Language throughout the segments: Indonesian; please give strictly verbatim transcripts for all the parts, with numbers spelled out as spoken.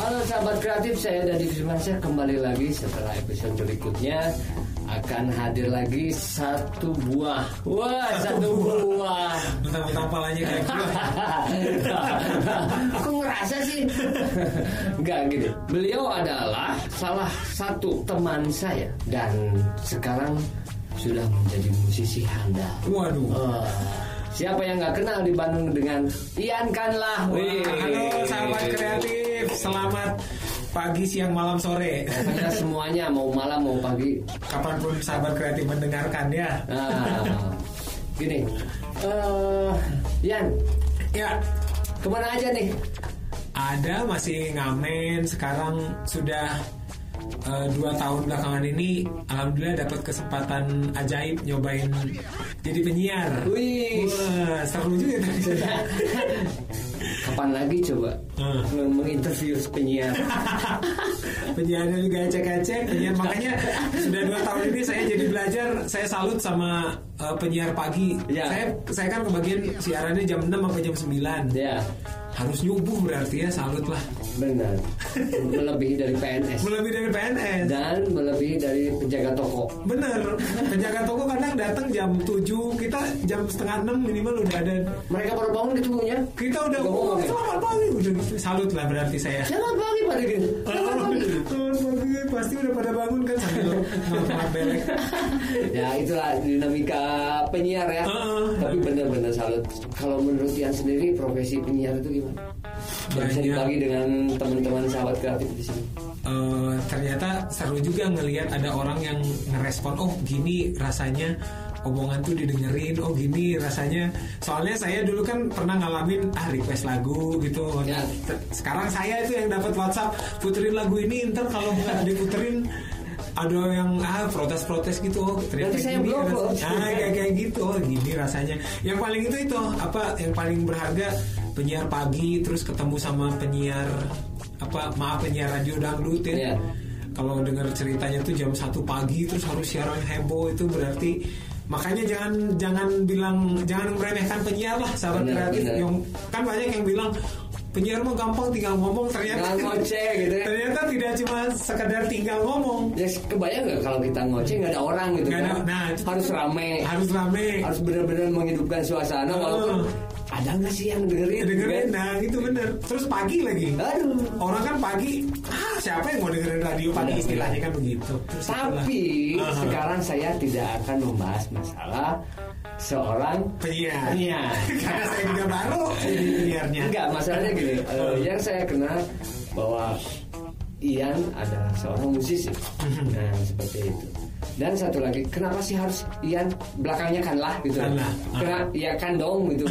Halo sahabat kreatif, saya Dadi Firmansyah kembali lagi setelah episode berikutnya akan hadir lagi satu buah. Wah, satu buah. Mentang-mentang palanya kayak gitu. Aku ngerasa sih. Enggak gitu. Beliau adalah salah satu teman saya dan sekarang sudah menjadi musisi handal. Waduh. Uh, siapa yang nggak kenal di Bandung dengan Ian Kanlah? Wih. Halo sahabat kreatif, selamat pagi, siang, malam, sore. Pokoknya semuanya mau malam mau pagi, kapanpun sahabat kreatif mendengarkan ya. Nah, gini, uh, Ian, ya kemana aja nih? Ada masih ngamen. Sekarang sudah uh, dua tahun belakangan ini, alhamdulillah dapat kesempatan ajaib nyobain jadi penyiar. Wih, wah, seru juga tadi. Kapan lagi coba hmm. menginterview penyiar? Penyiarnya juga ecek-ecek penyiar. Makanya sudah dua tahun ini saya jadi belajar. Saya salut sama uh, penyiar pagi ya. Saya saya kan kebagian siarannya jam enam sampai jam sembilan ya. Harus nyubuh berarti ya, salut lah. Benar. Melebihi dari P N S. Melebihi dari P N S. Dan melebihi dari penjaga toko. Bener. Penjaga toko kadang datang jam tujuh, kita jam setengah enam minimal udah ada. Mereka baru bangun ketemunya. Kita udah oh, selamat pagi. Udah gitu. Salut lah berarti saya. Selamat pagi Pak Degin. Selamat pagi. Selamat pagi. Pasti udah pada bangun kan sambil nonton belek. Ya itulah dinamika penyiar ya. Uh, Tapi benar-benar salut. Kalau menurut Ian sendiri profesi penyiar itu gimana? Yang bisa dibagi dengan teman-teman sahabat kreatif di sini. Uh, ternyata seru juga ngelihat ada orang yang ngerespon, oh gini rasanya omongan tuh didengerin, oh gini rasanya. Soalnya saya dulu kan pernah ngalamin ah request lagu gitu. Ya. Sekarang saya itu yang dapat WhatsApp, puterin lagu ini, ntar kalau nggak diputerin ada yang ah protes-protes gitu. Oh, nanti saya blok loh. Nah kayak kayak gitu, oh gini rasanya. Yang paling itu itu apa? Yang paling berharga penyiar pagi terus ketemu sama penyiar apa maaf penyiar radio dangdut ya. Yeah. Kalau dengar ceritanya tuh jam satu pagi terus harus siaran heboh, itu berarti makanya jangan jangan bilang jangan meremehkan penyiar lah sahabat bener, kreatif. Bener. Yang kan banyak yang bilang penyiar mah gampang tinggal ngomong, ternyata ngoceh gitu ya. Ternyata tidak cuma sekedar tinggal ngomong. Ya kebayang nggak kalau kita ngoceh nggak ada orang gitu kan? Ada, nah, harus rame, harus rame, harus benar-benar menghidupkan suasana. Uh. Walaupun ada nggak sih yang dengerin? Dengerin, nah gitu bener. Terus pagi lagi. Aduh. Orang kan pagi, ah siapa yang mau dengerin radio pagi, bener, istilahnya kan begitu. Terus tapi uh-huh. sekarang saya tidak akan membahas masalah seorang penyiar. penyiar. Karena saya juga baru jadi penyiarnya. Enggak, masalahnya gini. uh, yang saya kenal bahwa Ian adalah seorang musisi. Nah seperti itu. Dan satu lagi, kenapa sih harus Ian belakangnya Kanlah gitu? Kanlah. Kena Iya kan dong gitu.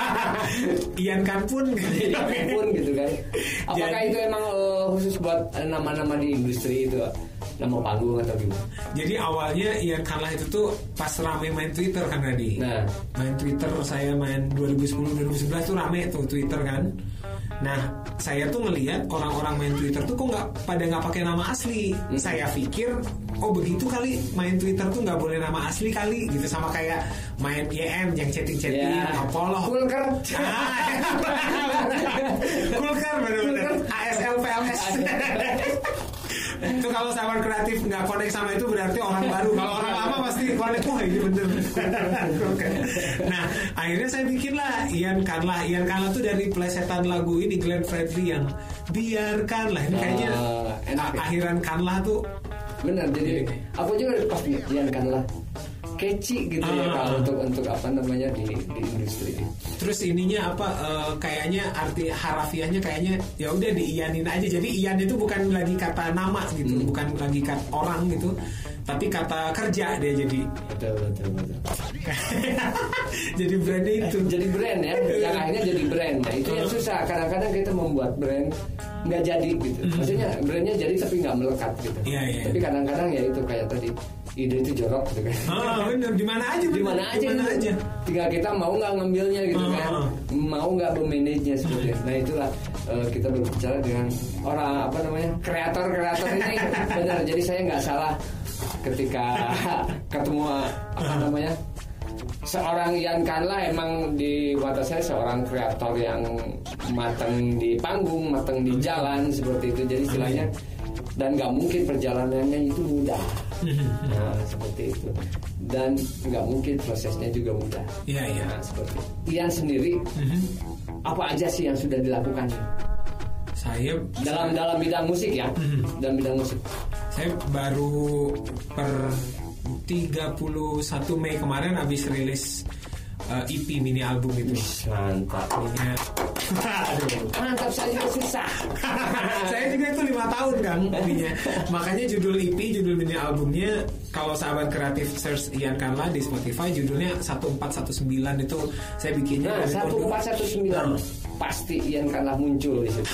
Ian kan pun, Ian kan pun gitu kan. Apakah jadi, itu emang uh, khusus buat uh, nama-nama di industri itu? Nama panggung atau gimana? Jadi awalnya Ian Kanlah itu tuh pas rame main Twitter kan tadi. Nah, main Twitter saya main dua ribu sepuluh dua ribu sebelas tuh rame tuh Twitter kan. Nah, saya tuh ngelihat orang-orang main Twitter tuh kok nggak pada nggak pakai nama asli. Hmm. Saya pikir, oh begitu kali main Twitter tuh nggak boleh nama asli kali gitu, sama kayak main Y M yang chatting-chatting, yeah. Apollo, Kulker, Kulker benar-benar A S L P L S. Itu kalau sahabat kreatif nggak connect sama itu berarti orang baru. Kalau orang lama pasti connect. Wah ini bener. Nah akhirnya saya bikin lah Ian Kanlah. Ian Kanlah tuh dari plesetan lagu ini Glenn Fredly yang biarkanlah. Ini kayaknya uh, enak, akhiran Kanlah tuh bener. Jadi aku juga pas Ian Kanlah catchy gitu uh, ya kalau untuk untuk apa namanya di, di industri. Terus ininya apa uh, kayaknya arti harafiahnya kayaknya ya udah diiyanin aja. Jadi Ian itu bukan lagi kata nama gitu, hmm. bukan lagi kata orang gitu, tapi kata kerja dia jadi. Betul betul betul. Jadi brandnya itu. Jadi brand ya. Yang akhirnya jadi brand. Nah, itu yang susah. Kadang-kadang kita membuat brand nggak jadi gitu. Maksudnya brandnya jadi tapi nggak melekat gitu. Iya, iya. Tapi kadang-kadang ya itu kayak tadi. Ide itu jorok gitu kan. Ah benar, di mana aja, di mana aja, dimana gitu. aja. Tinggal kita mau nggak ngambilnya gitu ah, kan, mau nggak memanage-nya seperti. Nah itulah uh, kita berbicara dengan orang apa namanya kreator-kreator ini benar. Jadi saya nggak salah ketika ketemu apa namanya seorang Ian Kanlah emang di mata saya seorang kreator yang matang di panggung, matang di jalan seperti itu. Jadi istilahnya dan nggak mungkin perjalanannya itu mudah. Nah, seperti itu. Dan nggak mungkin prosesnya juga mudah. Iya, iya. Nah, seperti itu. Ian sendiri apa aja sih yang sudah dilakukan? Saya dalam dalam bidang musik ya, mm-hmm. dalam bidang musik. Saya baru per tiga puluh satu Mei kemarin habis rilis uh, E P mini album itu. Mantap. Ya. Aduh. Mantap, saya juga susah. Saya juga itu lima tahun kan punya. Makanya judul E P, judul mini albumnya kalau sahabat kreatif search Ian Kanlah di Spotify judulnya satu empat satu sembilan itu saya bikinnya. Nah, satu empat satu sembilan pasti Ian Kanlah muncul di situ.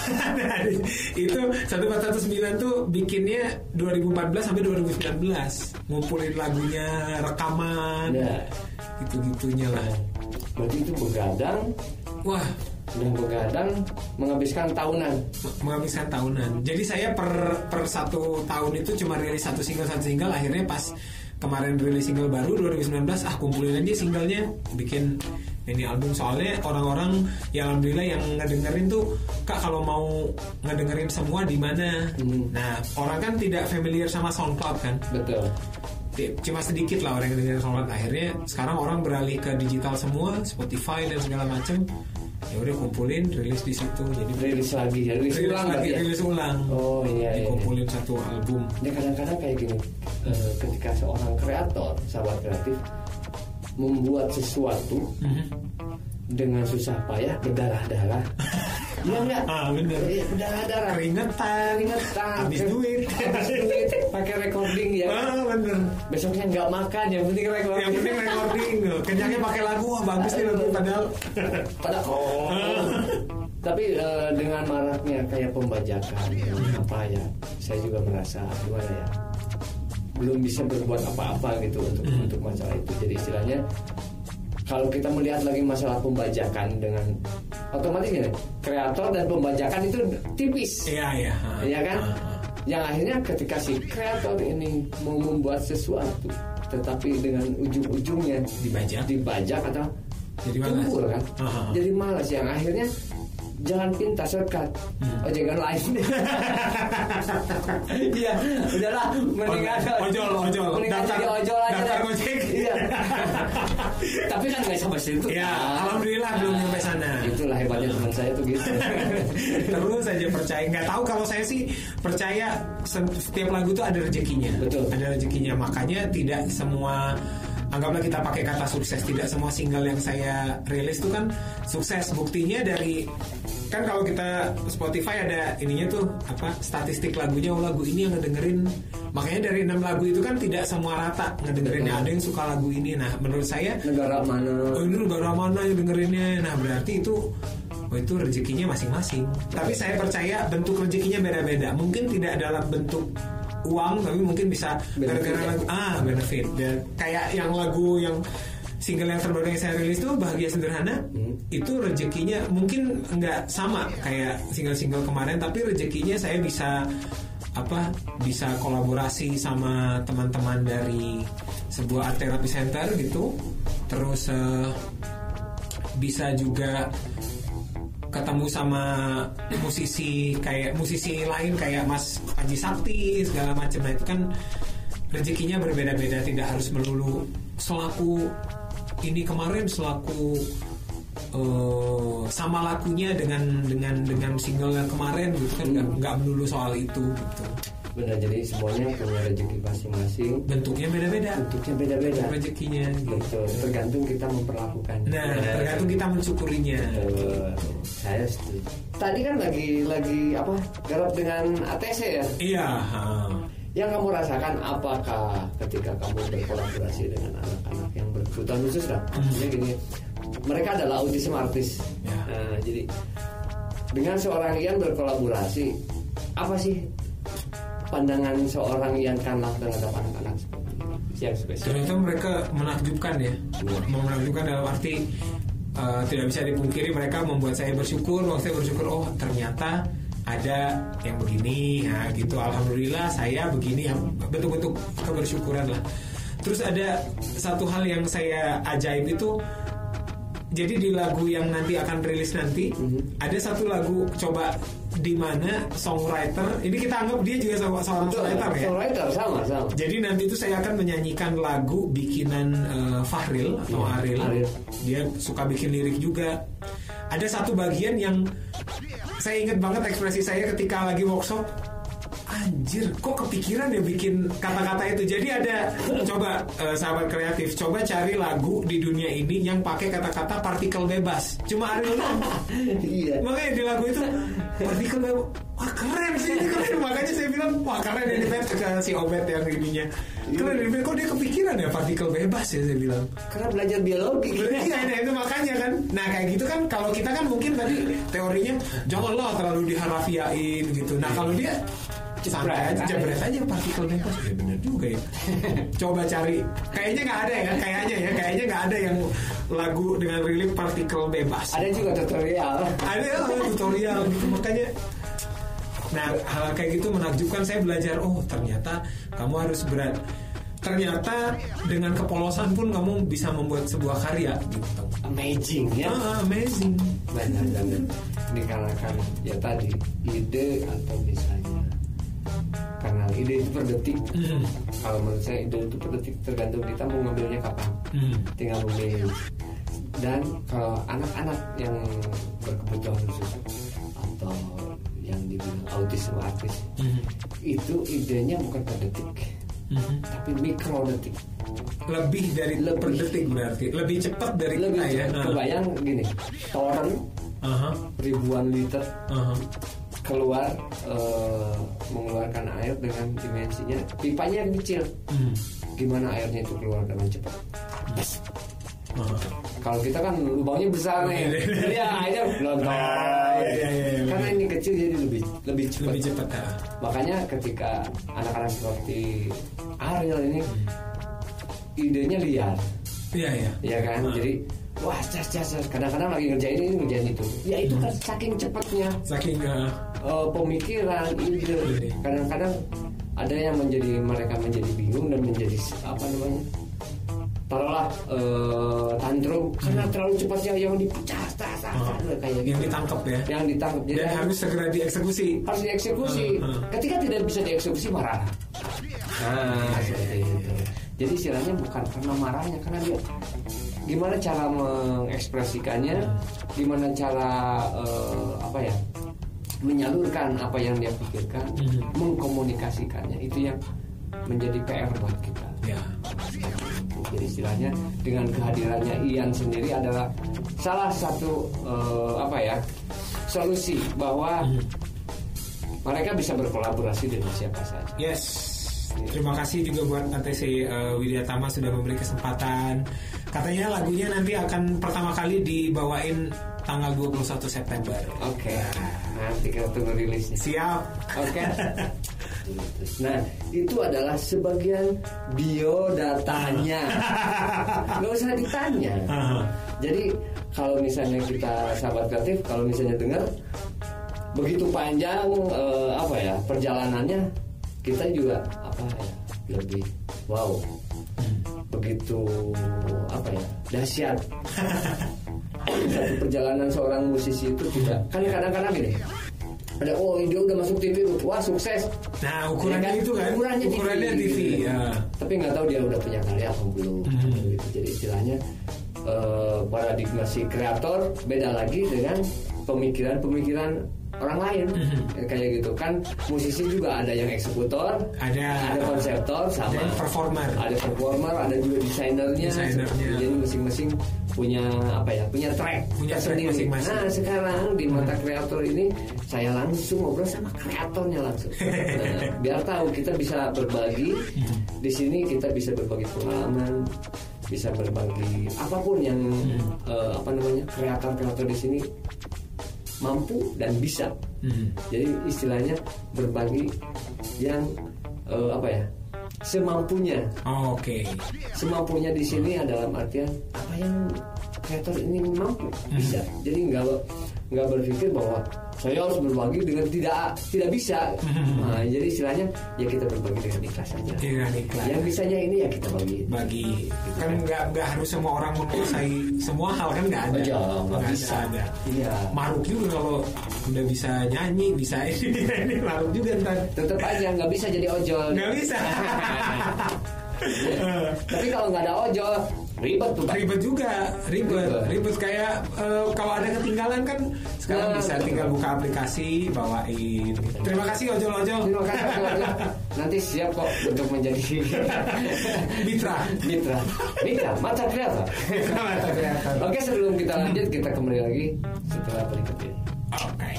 Itu satu empat satu sembilan tuh bikinnya dua ribu empat belas sampai dua ribu sembilan belas, ngumpulin lagunya, rekaman, ya. Gitu-gitunya lah. Berarti itu begadang. Wah, dan begadang menghabiskan tahunan. Menghabiskan tahunan. Jadi saya per per satu tahun itu cuma rilis satu single satu single. Akhirnya pas kemarin rilis single baru dua ribu sembilan belas, ah kumpulin aja singlenya, bikin ini album. Soalnya orang-orang yang alhamdulillah yang ngedengerin tuh, Kak kalau mau ngedengerin semua di mana? Hmm. Nah orang kan tidak familiar sama SoundCloud kan? Betul. Cuma sedikit lah orang yang dengerin SoundCloud. Akhirnya sekarang orang beralih ke digital semua, Spotify dan segala macam. Ya udah kumpulin, rilis di situ. Jadi rilis lagi, ya, rilis, rilis ulang lagi, ya? rilis ulang. Oh iya. Dikumpulin iya. satu album. Ya kadang-kadang kayak gini, uh, ketika seorang kreator, sahabat kreatif membuat sesuatu mm-hmm. dengan susah payah, berdarah-darah. Iya enggak? Ah bener. Ya, berdarah-darah. Keringetan, keringetan. Habis duit, habis duit. Pakai recording ya. Ah bener. Besoknya nggak makan, yang penting recording. Yang penting recording. Kenyangnya pakai lagu, wah bagus nih lagu padahal. Padahal. Oh. Tapi uh, dengan maraknya kayak pembajakan, apa ya? Saya juga merasa gimana ya? Belum bisa berbuat apa-apa gitu untuk hmm. untuk masalah itu. Jadi istilahnya kalau kita melihat lagi masalah pembajakan dengan otomatis ya, kreator dan pembajakan itu tipis. Iya iya. Iya kan? Yang akhirnya ketika si kreator ini mau membuat sesuatu, tetapi dengan ujung-ujungnya dibajak, dibajak atau jadi tumpul kan? Uh-huh. Jadi malas. Yang akhirnya jalan pintas shortcut. Hmm. Oh jangan live nih. Iya, udahlah mendingan ojol ojol. Mendingan jadi ojol aja daftar Gojek. Iya. Tapi kan nggak sampai situ. Ya, alhamdulillah belum sampai sana. Itulah hebatnya teman saya tuh gitu. Terus saja percaya. Nggak tahu kalau saya sih percaya setiap lagu tuh ada rezekinya. Betul. Ada rezekinya. Makanya tidak semua, anggaplah kita pakai kata sukses, tidak semua single yang saya rilis itu kan sukses. Buktinya dari, kan kalau kita Spotify ada ininya tuh apa, statistik lagunya, oh lagu ini yang ngedengerin. Makanya dari enam lagu itu kan tidak semua rata ngedengerinnya. Ada yang suka lagu ini. Nah menurut saya negara mana, oh ini negara mana yang dengerinnya. Nah berarti itu, oh itu rezekinya masing-masing. Tapi saya percaya bentuk rezekinya beda-beda. Mungkin tidak dalam bentuk uang, tapi mungkin bisa gara-gara lagu ah benefit. Dan kayak yang lagu yang single yang terbaru yang saya rilis tuh Bahagia Sederhana, hmm. itu rezekinya mungkin nggak sama kayak single-single kemarin, tapi rezekinya saya bisa apa bisa kolaborasi sama teman-teman dari sebuah art therapy center gitu. Terus uh, bisa juga ketemu sama musisi kayak musisi lain kayak Mas Panji Sakti segala macam. Nah itu kan rezekinya berbeda-beda, tidak harus melulu selaku ini kemarin selaku uh, sama lakunya dengan dengan dengan single yang kemarin gitu kan, nggak hmm. nggak melulu soal itu gitu. Benar, jadi semuanya punya rezeki masing-masing. Bentuknya beda-beda. Bentuknya beda-beda. Rezekinya gitu. Tergantung kita memperlakukan. Nah, ya. Tergantung kita mensyukurinya. Betul. Saya setuju. Tadi kan lagi lagi apa? Garap dengan A T C ya? Iya. Ha. Yang kamu rasakan apakah ketika kamu berkolaborasi dengan anak-anak yang berkebutuhan khusus lah? Maksudnya hmm. gini, mereka adalah autism artis. Ya. Nah, jadi dengan seorang Ian berkolaborasi, apa sih pandangan seorang Ian Kanlah terhadap anak-anak yang spesial? Ternyata mereka menakjubkan ya, ya. menakjubkan dalam arti uh, tidak bisa dipungkiri mereka membuat saya bersyukur. Waktu saya bersyukur, oh ternyata ada yang begini, nah gitu. Alhamdulillah saya begini, ya bentuk-bentuk kebersyukuran lah. Terus ada satu hal yang saya ajaib itu, jadi di lagu yang nanti akan rilis nanti, mm-hmm. ada satu lagu coba di mana songwriter, ini kita anggap dia juga seorang songwriter ya. Songwriter sama sama. Jadi nanti itu saya akan menyanyikan lagu bikinan uh, Fahril atau yeah, Aril. Aril. Dia suka bikin lirik juga. Ada satu bagian yang saya ingat banget ekspresi saya ketika lagi workshop. Anjir, kok kepikiran ya bikin kata-kata itu. Jadi ada, coba uh, sahabat kreatif, coba cari lagu di dunia ini yang pakai kata-kata partikel bebas. Cuma Aril doang. Iya. Makanya di lagu itu partikel bebas. Wah keren sih, ini keren. Makanya saya bilang, wah keren ini bet ke si Obet yang ininya. Keren ini, kok dia kepikiran ya partikel bebas ya, saya bilang. Karena belajar biologi. Iya, nah, itu makanya kan. Nah kayak gitu kan, kalau kita kan mungkin tadi teorinya janganlah terlalu diharafiain gitu. Nah kalau dia santai aja, jebret aja partikel bebas. Ya benar juga ya. Coba cari. Kayaknya nggak ada ya kan? Kayaknya ya, kayaknya nggak ada yang lagu dengan lirik partikel bebas. Ada juga tutorial. Ada oh, tutorial gitu. Makanya, nah hal kayak gitu menakjubkan. Saya belajar. Oh ternyata kamu harus berat. Ternyata dengan kepolosan pun kamu bisa membuat sebuah karya gitu. Amazing ya. Ah, amazing. Banyak banget. Ini karena kan ya tadi ide atau misalnya. Karena ide itu per detik. Mm. Kalau menurut saya ide itu per detik, tergantung kita mau ngambilnya kapan. Mm. Tinggal memilih. Dan kalau anak-anak yang berkebutuhan khusus atau yang dibilang autis sama artis, mm. itu idenya bukan per detik, mm-hmm. tapi mikro detik. Lebih dari lebih, per detik berarti. Lebih cepat dari lebih kita ya. Kebayang gini, torrent uh-huh. ribuan liter. Uh-huh. keluar uh, mengeluarkan air dengan dimensinya pipanya yang kecil. Hmm. Gimana airnya itu keluar dengan cepat? Yes. Uh. Kalau kita kan lubangnya besar nih, jadi ya airnya melontar. Ah, iya, iya, iya. Karena ini kecil jadi lebih lebih cepat. Lebih cepat. Ya. Makanya ketika anak-anak seperti Ariel ini hmm. idenya liar. Iya iya. Iya kan, uh. jadi wah, cas, cas, cas. Kadang-kadang lagi ngerjain ini, ngerjain itu. Ya itu kan hmm. saking cepatnya. Saking uh, uh, pemikiran, ide. Kadang-kadang ada yang menjadi mereka menjadi bingung dan menjadi apa namanya? Taruhlah uh, tantrum hmm. karena terlalu cepatnya yang dipecah, tas, tas, uh, kayak yang gitu. ditangkap ya. Yang ditangkap. Dan jadi harus segera dieksekusi. Harus dieksekusi. Uh, uh. Ketika tidak bisa dieksekusi marah. Nah, seperti itu. Jadi istilahnya bukan karena marahnya, karena dia gimana cara mengekspresikannya, gimana cara uh, apa ya menyalurkan apa yang dia pikirkan, mm-hmm. mengkomunikasikannya, itu yang menjadi P R buat kita. Yeah. Jadi istilahnya dengan kehadirannya Ian sendiri adalah salah satu uh, apa ya solusi bahwa mm-hmm. mereka bisa berkolaborasi dengan siapa saja. Yes. Terima kasih juga buat A T C uh, Widya Tama sudah memberi kesempatan. Katanya lagunya nanti akan pertama kali dibawain tanggal dua puluh satu September. Oke. Okay. Nanti kita tunggu rilisnya. Siap. Oke. Okay. Nah, itu adalah sebagian biodatanya. Nggak usah ditanya. Uh-huh. Jadi kalau misalnya kita sahabat kreatif, kalau misalnya dengar begitu panjang uh, apa ya perjalanannya, kita juga apa ya lebih wow. Begitu apa ya dahsyat satu perjalanan seorang musisi itu tidak kan kadang-kadang gini ada oh dia udah masuk T V wah sukses nah ukurannya ya, kan? itu kan ukurannya, ukurannya T V, T V gitu. Ya. Tapi nggak tahu dia udah punya karya apa belum hmm. gitu. Jadi istilahnya uh, paradigma si kreator beda lagi dengan pemikiran-pemikiran orang lain mm-hmm. kayak gitu kan. Musisi juga ada yang eksekutor, ada ada konseptor, sama ada performer, ada performer, ada juga desainernya. Desainernya. Jadi masing-masing punya apa ya, punya track, punya track sendiri. Masing-masing. Nah sekarang di mata kreator ini saya langsung ngobrol sama kreatornya langsung. Nah, biar tahu kita bisa berbagi mm-hmm. di sini, kita bisa berbagi pengalaman, bisa berbagi apapun yang mm-hmm. uh, apa namanya kreator-kreator di sini mampu dan bisa. Hmm. Jadi istilahnya berbagi yang uh, apa ya semampunya. Oh, oke. Okay. Semampunya di sini hmm. dalam artian apa yang kreator ini mampu bisa. Hmm. Jadi nggak nggak berpikir bahwa saya harus berbagi dengan tidak tidak bisa. Nah, jadi istilahnya ya kita berbagi dengan ikhlas saja. Dengan ikhlas. Yang bisanya ini ya kita bagi. Bagi. Gitu kan nggak nggak harus semua orang menguasai semua hal kan nggak ada. Oh, nggak bisa ada. Iya. Maruk juga kalau udah bisa nyanyi bisa ini ini maruk juga ntar. Tetap aja nggak bisa jadi ojol. Nggak bisa. Tapi kalau nggak ada ojol ribet tuh Pak. Ribet juga, ribet, ribet, ribet kayak uh, kalau ada ketinggalan kan sekarang nah, bisa betul. Tinggal buka aplikasi, bawain. Terima kasih ojol-ojol. Terima kasih ojol-ojol. Nanti siap kok untuk menjadi mitra, mitra, mitra, mata kreator. Mata kreator. Oke, sebelum kita lanjut kita kembali lagi setelah berikut ini. Oke.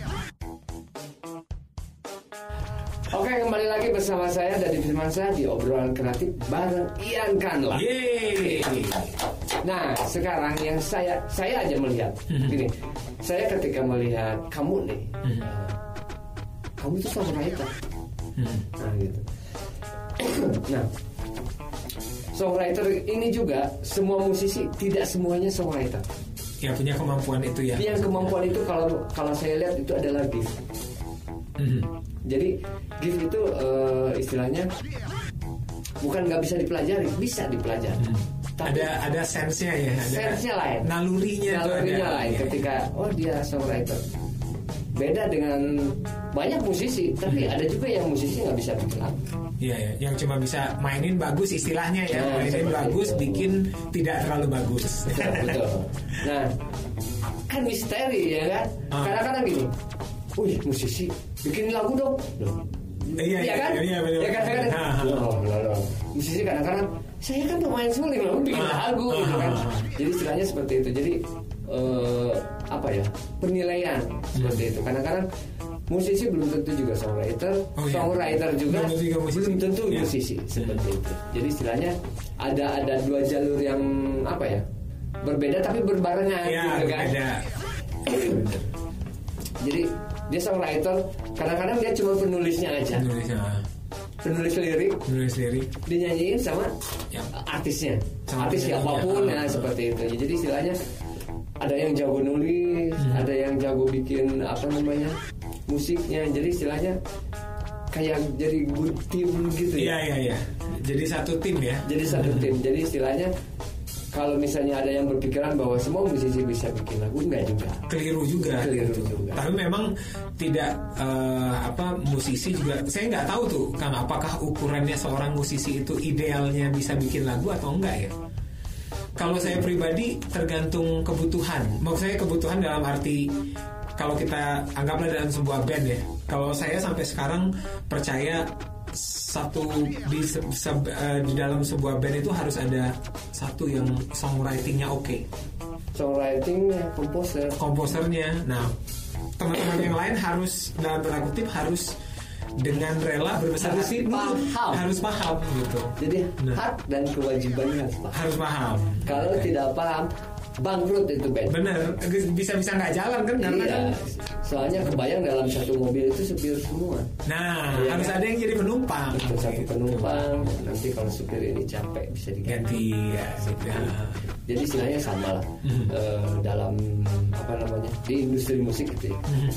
Oke, kembali lagi bersama saya Dadi Firmansyah di obrolan kreatif bareng Ian Kanla. Yeay. Nah, sekarang yang saya saya aja melihat mm-hmm. gini, saya ketika melihat kamu nih, mm-hmm. uh, kamu itu songwriter, mm-hmm. nah gitu. Nah, songwriter ini juga semua musisi tidak semuanya songwriter. Yang punya kemampuan itu ya. Yang kemampuan itu kalau kalau saya lihat itu adalah gift. Mm-hmm. Jadi gift itu uh, istilahnya bukan nggak bisa dipelajari, bisa dipelajari. Hmm. Tapi ada ada sense-nya ya, ada sense-nya lain, nalurinya, nalurinya lain. Ya. Ketika oh dia songwriter, beda dengan banyak musisi, tapi hmm. ada juga yang musisi nggak bisa bikin lagu. Iya, ya, yang cuma bisa mainin bagus istilahnya ya, nah, mainin bagus, itu. Bikin tidak terlalu bagus. Betul, betul. Nah, kan misteri ya kan? Hmm. Kadang-kadang gini. Wih, musisi bikin lagu dong. Iya, ya kan? Iya, iya, ya kan? Kadang-kadang, loh, loh, loh. Musisi kadang-kadang saya kan pemain suling loh, bikin lagu gitu kan. Jadi istilahnya seperti itu. Jadi uh, apa ya? Penilaian seperti itu. Kadang-kadang musisi belum tentu juga songwriter, oh, iya. songwriter juga belum, belum tentu ya. Musisi seperti itu. Jadi istilahnya ada ada dua jalur yang apa ya? Berbeda tapi berbarengan ya, gitu kan. Ada. Jadi dia songwriter, kadang-kadang dia cuma penulisnya aja. Penulisnya. Penulis lirik. Penulis lirik. Dinyanyiin sama ya. artisnya. Sama artis siapapun ya, ya seperti itu. Jadi istilahnya ada yang jago nulis, hmm. ada yang jago bikin apa namanya musiknya. Jadi istilahnya kayak jadi good team gitu ya. Iya iya iya. Jadi satu tim ya. Jadi satu tim. Jadi istilahnya kalau misalnya ada yang berpikiran bahwa semua musisi bisa bikin lagu, enggak juga. Keliru juga. Keliru juga. Tapi memang tidak uh, apa musisi juga. Saya nggak tahu tuh, Kang, apakah ukurannya seorang musisi itu idealnya bisa bikin lagu atau enggak ya? Kalau saya pribadi tergantung kebutuhan. Maksud saya kebutuhan dalam arti kalau kita anggaplah dalam sebuah band ya. Kalau saya sampai sekarang percaya satu di, se, se, uh, di dalam sebuah band itu harus ada satu yang songwritingnya oke, okay. songwritingnya, komposer, komposernya. Nah, teman-teman yang lain harus dalam tanda kutip harus dengan rela berbesar hati paham. harus paham gitu. Jadi nah. hak dan kewajibannya harus paham. Harus paham. Kalau okay. tidak paham, bangkrut itu band. Bener, bisa-bisa nggak jalan kan karena iya. kan soalnya kebayang dalam satu mobil itu supir semua. Nah, ya, harus kan? Ada yang jadi penumpang. Itu satu penumpang. Nanti kalau supir ini capek bisa diganti. Ganti, ya, gitu. Jadi istilahnya sama lah mm-hmm. uh, dalam apa namanya di industri musik gitu ya. Mm-hmm.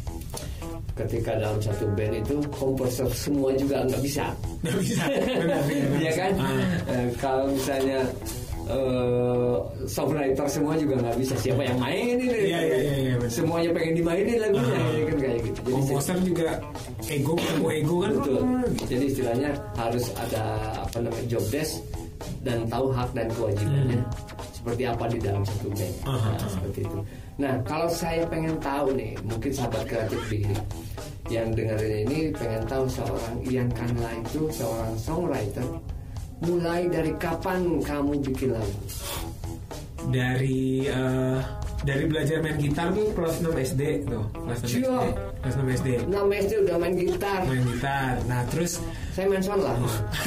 Ketika dalam satu band itu komposer semua juga nggak bisa. Nggak bisa. Iya kan? Ah. Uh, kalau misalnya Uh, songwriter semua juga nggak bisa, siapa yang main ini, iya, iya, iya, iya, semuanya pengen dimainin lagunya, uh, ya kan kayak gitu. Jadi komposer juga ego ketemu ego kan, betul. Jadi istilahnya harus ada apa namanya job desk dan tahu hak dan kewajibannya hmm. seperti apa di dalam satu band. Uh, nah, uh, seperti itu. Nah, kalau saya pengen tahu nih, mungkin sahabat kreatif di yang dengerin ini pengen tahu seorang Ian Kanla itu seorang songwriter. Mulai dari kapan kamu bikin lagu? Dari uh, dari belajar main gitar tuh kelas enam S D tuh, kelas enam S D. Kelas enam S D. enam S D udah main gitar. Main gitar. Nah, terus saya main son lah.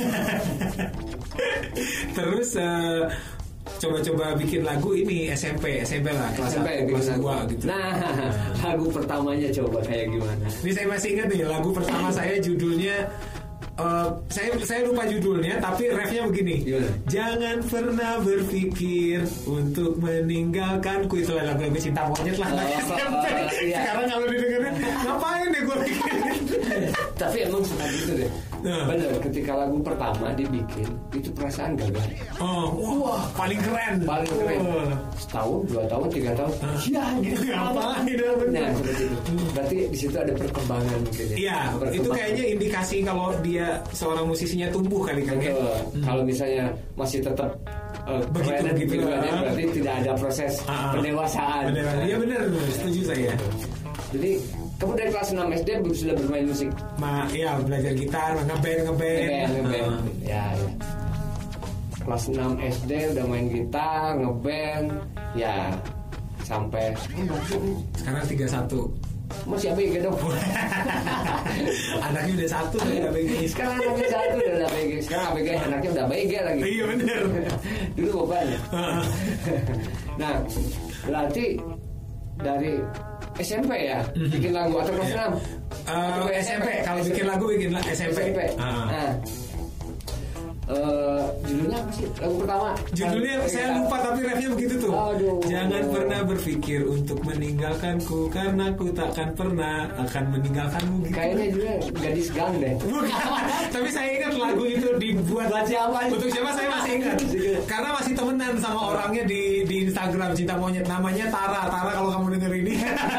Terus uh, coba-coba bikin lagu ini S M P, S M P lah, kelas S M P, kelas dua gitu. Nah, lagu pertamanya coba kayak gimana? Ini saya masih ingat nih, lagu pertama saya judulnya uh, saya saya lupa judulnya tapi refnya begini. Gimana? Jangan pernah berpikir untuk meninggalkanku, itu lagu-lagu cinta monyet lah. Oh, S M P. Oh, iya. Sekarang kalau didengerin ngapain deh gue bikin. Tapi emang suka gitu deh. Nah. Bener, ketika lagu pertama dibikin itu perasaan gagal. Oh, wah, paling keren. Paling keren. Oh. Setahun, dua tahun, tiga tahun. Uh. Ya, gitu. Ngapain? Nah, seperti itu. Berarti di situ ada perkembangan mungkin ya. Iya, itu kayaknya indikasi kalau dia seorang musisinya tumbuh kali kan. Hmm. Kalau misalnya masih tetap uh, begitu gitu, gitu kan, berarti tidak ada proses uh, pendewasaan. Iya benar, setuju saya. Jadi kamu dari kelas enam S D sudah bermain musik? Ma, iya belajar gitar, ngeband, ngeband, ngeband, ngeband. Uh. Ya, ya. Kelas enam S D udah main gitar, ngeband, ya sampai sekarang tiga puluh satu. Masih A B G dong. Anaknya udah satu udah A B G. Sekarang anaknya satu udah A B G. Sekarang A B G anaknya udah A B G lagi. Iya benar. Dulu bapaknya. Nah, berarti dari S M P ya bikin lagu atau kelas enam? Uh, S M P. Kalau bikin lagu bikin S M P. S M P. Uh. Nah, uh, judulnya apa sih lagu pertama? Judulnya kan, saya lupa tapi refnya begitu tuh. Aduh. Jangan pernah berpikir untuk meninggalkanku karena ku takkan pernah akan meninggalkanmu. Gitu. Kayaknya juga gadis gang deh. Tapi saya ingat lagu itu dibuat buat siapa? Untuk siapa saya masih ingat. Karena masih temenan sama orangnya di di Instagram Cinta Monyet, namanya Tara. Tara kalau kamu denger ini.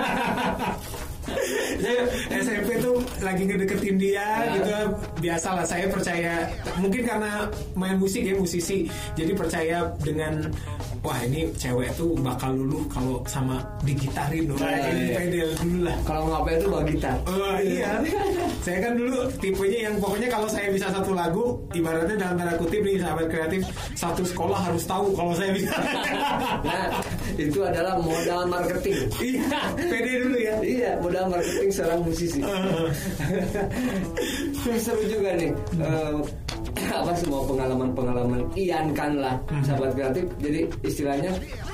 Saya S M P tuh lagi ngedeketin dia ya. Gitu. Biasalah saya percaya, mungkin karena main musik ya, musisi, jadi percaya dengan wah ini cewek tuh bakal luluh kalau sama digitarin loh. Kayak ini pedal dulu lah. Kalau ngapain tuh bawa gitar. Oh iya. Saya kan dulu tipenya yang pokoknya kalau saya bisa satu lagu, ibaratnya dalam tanda kutip nih sahabat kreatif, satu sekolah harus tahu kalau saya bisa. Nah, itu adalah modal marketing. Iya, pede dulu ya. Iya, modal marketing seorang musisi. Uh. Seru juga nih. Uh, apa semua pengalaman-pengalaman iankan lah sahabat kreatif. Jadi istilahnya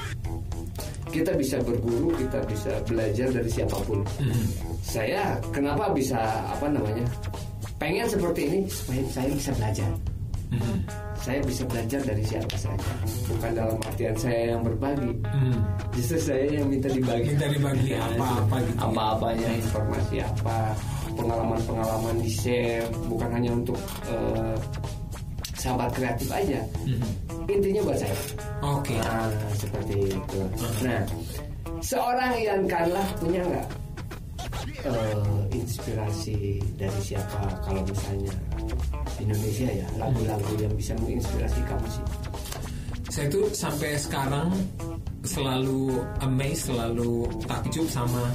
kita bisa berguru, kita bisa belajar dari siapapun. Mm-hmm. Saya kenapa bisa apa namanya pengen seperti ini supaya saya bisa belajar. Mm-hmm. Saya bisa belajar dari siapa saja, bukan dalam artian saya yang berbagi. Mm. Justru saya yang minta dibagi. Minta dibagi ya, apa-apa gitu. Apa-apanya, informasi apa, pengalaman-pengalaman di share, bukan hanya untuk uh, sahabat kreatif aja. Mm-hmm. Intinya buat saya. Oke. Okay. Nah, seperti itu. Nah, seorang Ian Carla punya nggak uh, inspirasi dari siapa? Kalau misalnya Indonesia ya, lagu-lagu yang bisa menginspirasi kamu sih? Saya tuh sampai sekarang selalu amazed, selalu takjub sama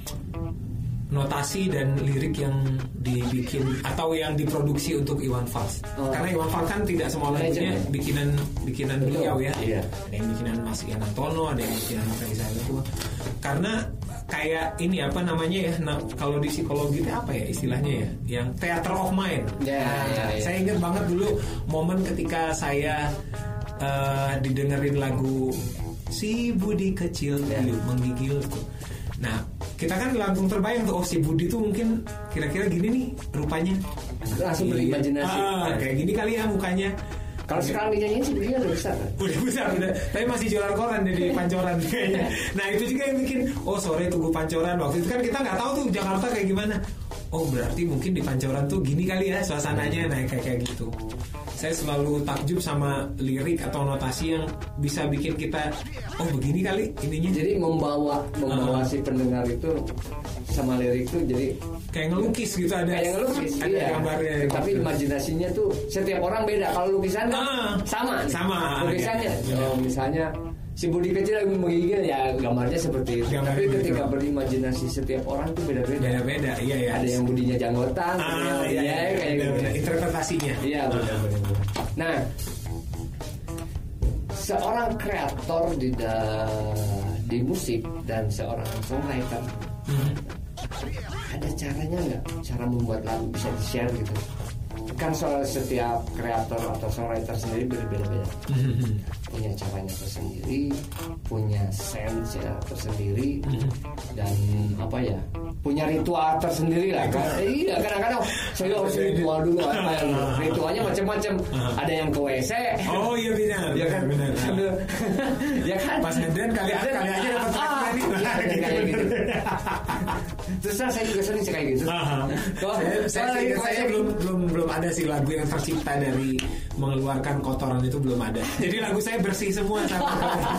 notasi dan lirik yang dibikin atau yang diproduksi untuk Iwan Fals. Oh. Karena Iwan Fals kan tidak semua lagunya bikinan bikinan beliau ya. Iya. Ada yang bikinan Mas Ian Antono, ada yang bikinan Mas Rizal itu. Karena kayak ini apa namanya ya? Nah, kalau di psikologi itu apa ya istilahnya ya? Yang theater of mind. Ya, nah, ya, ya. Saya ingat banget dulu momen ketika saya uh, didengerin lagu Si Budi Kecil ya. Dulu menggigil tuh. Nah, kita kan langsung terbayang tuh, oh si Budi tuh mungkin kira-kira gini nih rupanya. Langsung berimajinasi. Ah, kayak gini kali ya mukanya. Kalau sekarang dinyanyiin sih dia udah besar kan? Udah besar, udah. Tapi masih jualan koran di Pancoran kayaknya. Nah itu juga yang bikin, oh sore tunggu Pancoran. Waktu itu kan kita nggak tahu tuh Jakarta kayak gimana. Oh berarti mungkin di Pancoran tuh gini kali ya suasananya, nah kayak kayak gitu. Saya selalu takjub sama lirik atau notasi yang bisa bikin kita, oh begini kali ininya. Jadi membawa membawa uh. si pendengar itu sama lirik itu jadi kayak ngelukis gitu, ada kayak ngelukis, ada iya. gambarnya. Tapi gitu. Imajinasinya tuh setiap orang beda. Kalau lukisannya uh. sama, sama. Lukisannya, ya. oh, misalnya si Budi Kecil lagi menggigil ya gambarnya seperti itu. Gambar tapi gitu. Ketika berimajinasi setiap orang tuh beda-beda. Beda-beda, iya ya. Ada yang budinya janggotan, ah, iya, iya, iya, kayak gitu. Gitu. Interpretasinya. Iya benar-benar. Nah, seorang kreator di da, di musik dan seorang songwriter, hmm. ada caranya nggak? Cara membuat lagu bisa di-share gitu? kan soal setiap kreator atau songwriter sendiri berbeda-beda. Mm-hmm. Punya caranya tersendiri, punya sense ya tersendiri, mm-hmm. dan apa ya, punya ritual tersendiri lah kan. Eh, iya kadang-kadang saya harus ritual dulu. Ritualnya macam-macam. Ada yang ke W C. Oh iya benar. Ya kan benar. Ya kan. Pas ngeden kali kali aja dapat ah, iya, kayak gitu. Terus saya juga sering kayak gitu. Kalau saya, saya, saya, saya belum belum belum ada sih lagu yang tercipta dari mengeluarkan kotoran itu belum ada. Jadi lagu saya bersih semua sama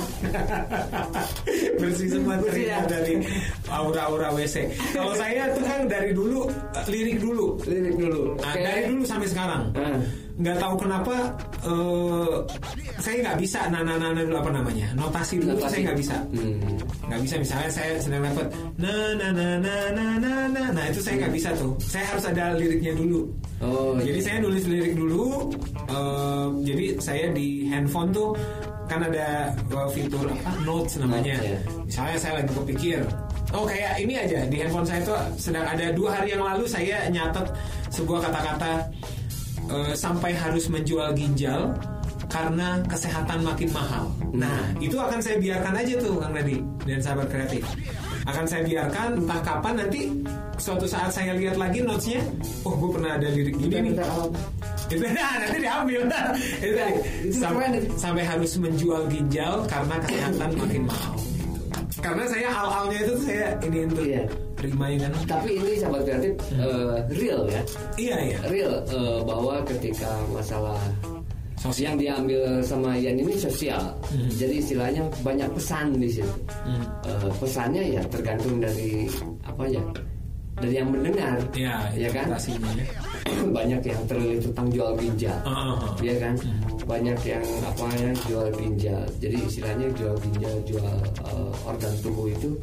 bersih semua terhindar dari aura-aura W C. Kalau saya tuh kan dari dulu lirik dulu, lirik dulu. Nah, okay. Dari dulu sampai sekarang. Hmm. Nggak tahu kenapa uh, saya nggak bisa nana nana dulu apa namanya notasi dulu. Notasi. Saya nggak bisa hmm. nggak bisa misalnya saya sedang dapat na na na na na na na nah itu saya nggak bisa tuh, saya harus ada liriknya dulu. Oh, jadi iya. Saya nulis lirik dulu. Uh, jadi saya di handphone tuh kan ada uh, fitur apa notes namanya. Oh, yeah. Misalnya saya lagi kepikir, oh kayak ini aja di handphone saya tuh sedang ada dua hari yang lalu saya nyatet sebuah kata-kata Uh, sampai harus menjual ginjal karena kesehatan makin mahal. Nah, itu akan saya biarkan aja tuh Kang Nadi dan sahabat kreatif. Akan saya biarkan entah kapan nanti suatu saat saya lihat lagi notes-nya, oh gue pernah ada lirik gini nih. Itu nah, nanti diambil. itu, itu sampai, sampai harus menjual ginjal karena kesehatan makin mahal. Karena saya al-alnya itu saya ini untuk iya. Terima kan. Tapi ini sahabat kreatif hmm. uh, real ya. Iya iya. Real uh, bahwa ketika masalah sosial yang diambil sama Ian ini sosial. Hmm. Jadi istilahnya banyak pesan di situ. Hmm. Uh, pesannya ya tergantung dari apa ya? Dari yang mendengar. Iya, ya kan? Ya. Banyak yang terlilit tentang jual ginjal. Uh, uh, uh. Ya kan? Hmm. Banyak yang apa ya jual ginjal. Jadi istilahnya jual ginjal, jual uh, organ tubuh itu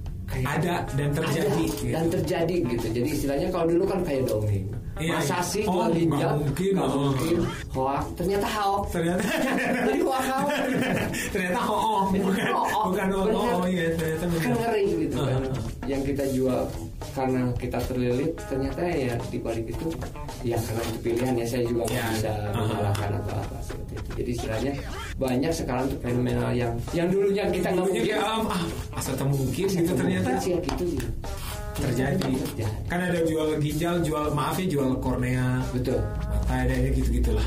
ada dan terjadi ada, gitu. Dan terjadi gitu. Jadi istilahnya kalau dulu kan kayak dongeng. Iya, masa sih oh, jual ginjal? Gak mungkin, gak mungkin. Hoak, ternyata hoak. Ternyata jadi hoak hoak. Ternyata hoak, bukan hoak. Bukan hoak, iya ternyata kan ngeri gitu uh, kan. Yang kita jual karena kita terlilit, ternyata ya di balik itu ya karena itu pilihan ya saya juga ya, bisa uh, menyalahkan atau apa seperti itu. Jadi istilahnya banyak sekarang tuh fenomena yang yang dulunya kita nggak mungkin um, ah asal tak mungkin gitu ternyata sih ya gitu gitu. Terjadi. Terjadi. Kan ada jual ginjal, jual maaf ya jual kornea, betul. Mata ada gitu-gitulah.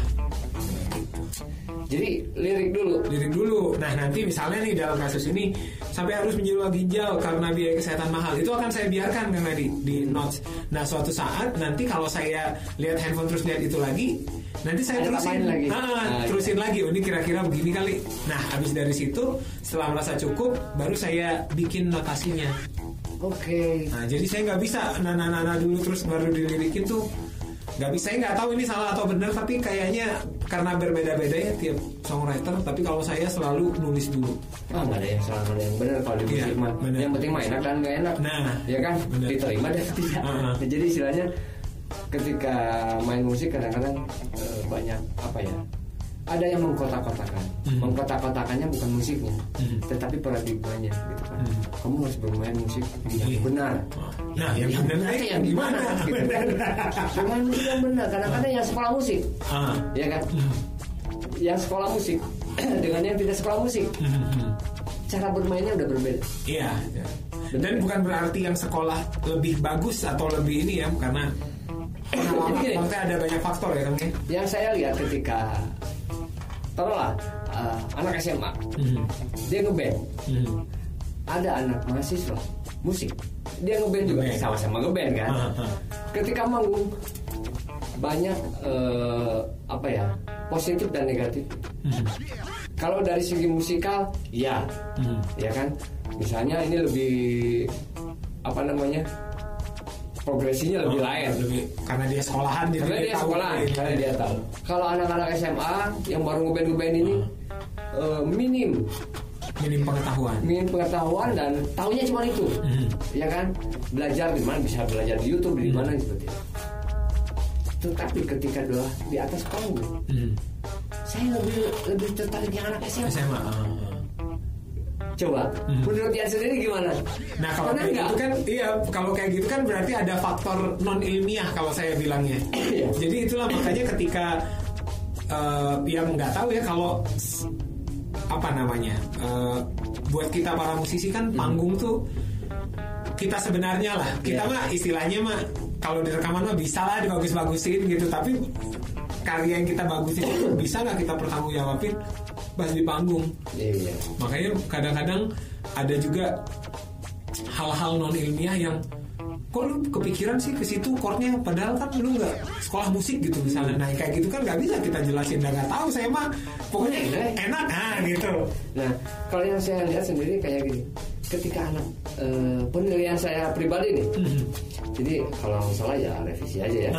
Jadi lirik dulu, lirik dulu. Nah nanti misalnya nih dalam kasus ini sampai harus menjual ginjal karena biaya kesehatan mahal, itu akan saya biarkan karena di di notes. Nah suatu saat nanti kalau saya lihat handphone terus lihat itu lagi, nanti saya ada terusin lagi. Ah, ah, terusin lagi. Oh, ini kira-kira begini kali. Nah habis dari situ setelah merasa cukup, baru saya bikin notasinya. Oke. Okay. Nah jadi saya nggak bisa nana-nana dulu terus baru dilirikin tuh. Nggak bisa, saya nggak tahu ini salah atau benar, tapi kayaknya karena berbeda-beda ya tiap songwriter. Tapi kalau saya selalu nulis dulu. Oh nggak ada yang salah, nggak ada yang benar kalau di musik ya, mah. Yang penting mah enak dan nggak enak. Nah, ya kan bener. Diterima dan tidak. Uh-huh. Jadi istilahnya ketika main musik kadang-kadang uh, banyak apa ya? Ada yang mengkotak-kotakan. Mm-hmm. Mengkotak-kotakannya bukan musiknya, mm-hmm. tetapi paradigmanya gitu kan. Mm-hmm. Kamu harus bermain musik yang mm-hmm. benar. Nah, yang, yang benar itu yang gimana? Gitu kan. Bermain musik yang benar. Kadang-kadang yang sekolah musik, uh-huh. ya kan? Mm-hmm. Yang sekolah musik dengan yang tidak sekolah musik, mm-hmm. cara bermainnya udah berbeda. Iya. Ya. Dan bukan berarti yang sekolah lebih bagus atau lebih ini ya, karena maksudnya ada banyak faktor ya kan? Yang saya lihat ketika taruhlah uh, anak S M A, mm-hmm. dia ngeband, mm-hmm. ada anak mahasiswa musik, dia ngeband juga, nge-band. Sama-sama ngeband kan. Uh-huh. Ketika manggung banyak uh, apa ya positif dan negatif. Mm-hmm. Kalau dari segi musikal, ya, mm-hmm. ya kan, misalnya ini lebih apa namanya progresinya lebih oh, lain, lebih karena dia sekolahan, jadi karena dia, dia sekolahan, tahu, karena dia tahu. Kalau anak-anak S M A yang baru ngeband-ngeband ini uh. uh, minim, minim pengetahuan, minim pengetahuan dan taunya cuma itu, mm-hmm. ya kan, belajar di mana bisa belajar di YouTube, di mana mm-hmm. seperti itu. Tetapi ketika udah di atas panggung, mm-hmm. saya lebih lebih tertarik yang anak S M A. S M A. Uh. Coba, hmm. menurut Ian sendiri gimana? Nah kalau kayak gitu kan, iya kalau kayak gitu kan berarti ada faktor non ilmiah kalau saya bilangnya. Jadi itulah makanya ketika uh, yang nggak tahu ya kalau apa namanya, uh, buat kita para musisi kan panggung hmm. tuh kita sebenarnya lah, kita yeah. mah istilahnya mah kalau di rekaman mah bisa lah dibagus-bagusin gitu, tapi karya yang kita bagusin itu bisa nggak kita pertanggungjawabin pas di panggung. Iya. Makanya kadang-kadang ada juga hal-hal non ilmiah yang kok lu kepikiran sih ke situ chordnya, padahal kan lu nggak sekolah musik gitu misalnya. Nah kayak gitu kan nggak bisa kita jelasin, nggak tahu saya mah pokoknya enak ah gitu. Nah kalau yang saya lihat sendiri kayak gini, ketika anak e, penilaian saya pribadi nih, mm-hmm. jadi kalau salah ya revisi aja ya.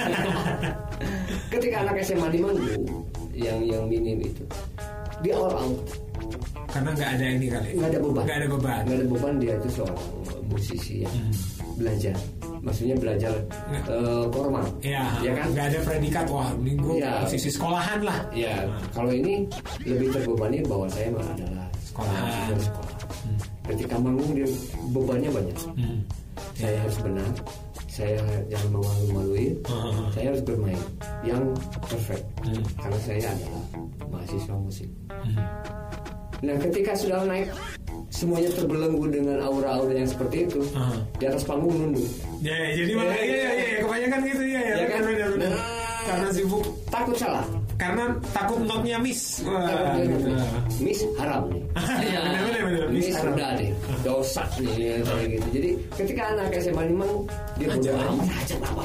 Ketika anak S M A di Manggung yang yang minim itu di all out karena nggak ada ini kali, nggak ada beban, nggak ada beban, nggak ada beban dia itu seorang musisi yang hmm. belajar, maksudnya belajar uh, formal, ya, ya kan? Nggak ada predikat wah ini gue ya. Musisi sekolahan lah. Ya, nah. Kalau ini lebih terbebani bahwa saya adalah sekolahan, sekolah. Hmm. Ketika manggung dia bebannya banyak, hmm. saya harus benar. Saya jangan malu-maluin, uh-huh. saya harus bermain yang perfect, hmm. karena saya adalah mahasiswa musik. Hmm. Nah, ketika sudah naik, semuanya terbelenggu dengan aura-aura yang seperti itu, uh-huh. di atas panggung nunduk. Ya, ya jadi makanya ya, ya, ya, kebanyakan gitu ya, ya, ya kan? Benar, benar. Nah, karena sibuk, takut salah. Karena takut notnya miss. Wah, gitu. Miss haram nih. Iya benar benar benar. Miss sudah deh. Dosa nih kayak gitu. Jadi ketika anak S M A memang dia bodoh amat aja apa.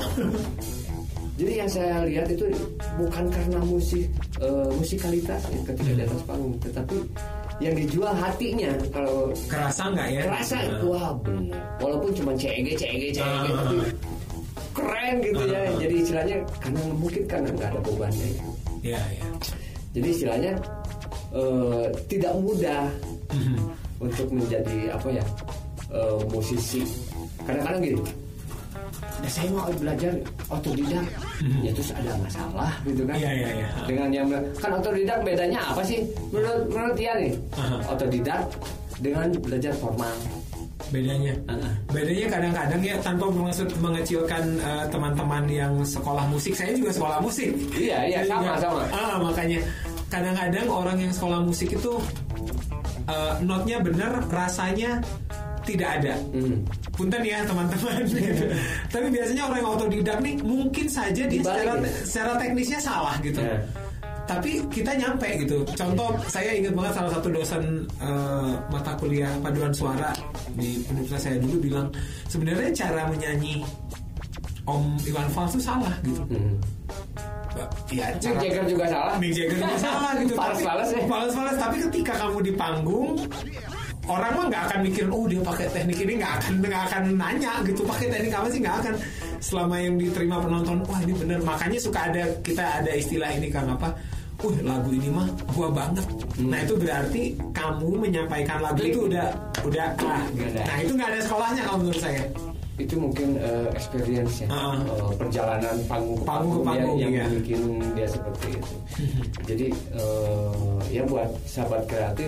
Jadi yang saya lihat itu bukan karena musik uh, musikalitas ya, ketika di atas panggung, tetapi yang dijual hatinya. Kalau kerasa nggak ya? Kerasa, wah benar. Walaupun cuma C G C G C G uh. tapi keren gitu uh. ya. Jadi istilahnya karena mungkin karena nggak ada bebannya. Ya, ya. Jadi istilahnya uh, tidak mudah mm-hmm. untuk menjadi apa ya uh, musisi. Kadang-kadang gitu. Nah, saya mau belajar otodidak, mm-hmm. ya terus ada masalah gitu kan? Iya iya iya. Dengan yang kan otodidak bedanya apa sih? Menurut menurut dia nih, uh-huh. otodidak dengan belajar formal. Bedanya, uh-huh. bedanya kadang-kadang ya tanpa bermaksud mengecilkan uh, teman-teman yang sekolah musik, saya juga sekolah musik. Iya iya sama juga, sama. Ah makanya kadang-kadang orang yang sekolah musik itu uh, notnya benar, rasanya tidak ada. Mm. Punten ya teman-teman. Tapi biasanya orang yang otodidak nih mungkin saja dia secara, secara teknisnya salah gitu. Yeah. Tapi kita nyampe gitu. Contoh saya ingat banget salah satu dosen uh, mata kuliah paduan suara di universitas saya dulu bilang sebenarnya cara menyanyi Om Iwan Fals itu salah gitu. Hmm. Ya, Mick Jagger juga salah. Mick Jagger juga salah gitu. Fals-fals ya. Fals-fals tapi ketika kamu di panggung orang mah nggak akan mikirin oh dia pakai teknik ini, nggak akan nggak akan nanya gitu pakai teknik apa sih, nggak akan. Selama yang diterima penonton wah ini bener, makanya suka ada kita ada istilah ini kan apa, uh lagu ini mah gua banget. Hmm. Nah itu berarti kamu menyampaikan lagu itu udah udah ah. Nah itu nggak ada sekolahnya kalau menurut saya. Itu mungkin uh, experience ya, uh-huh. uh, perjalanan panggung ke panggung, panggung yang ya. bikin dia seperti itu. Jadi uh, ya buat sahabat kreatif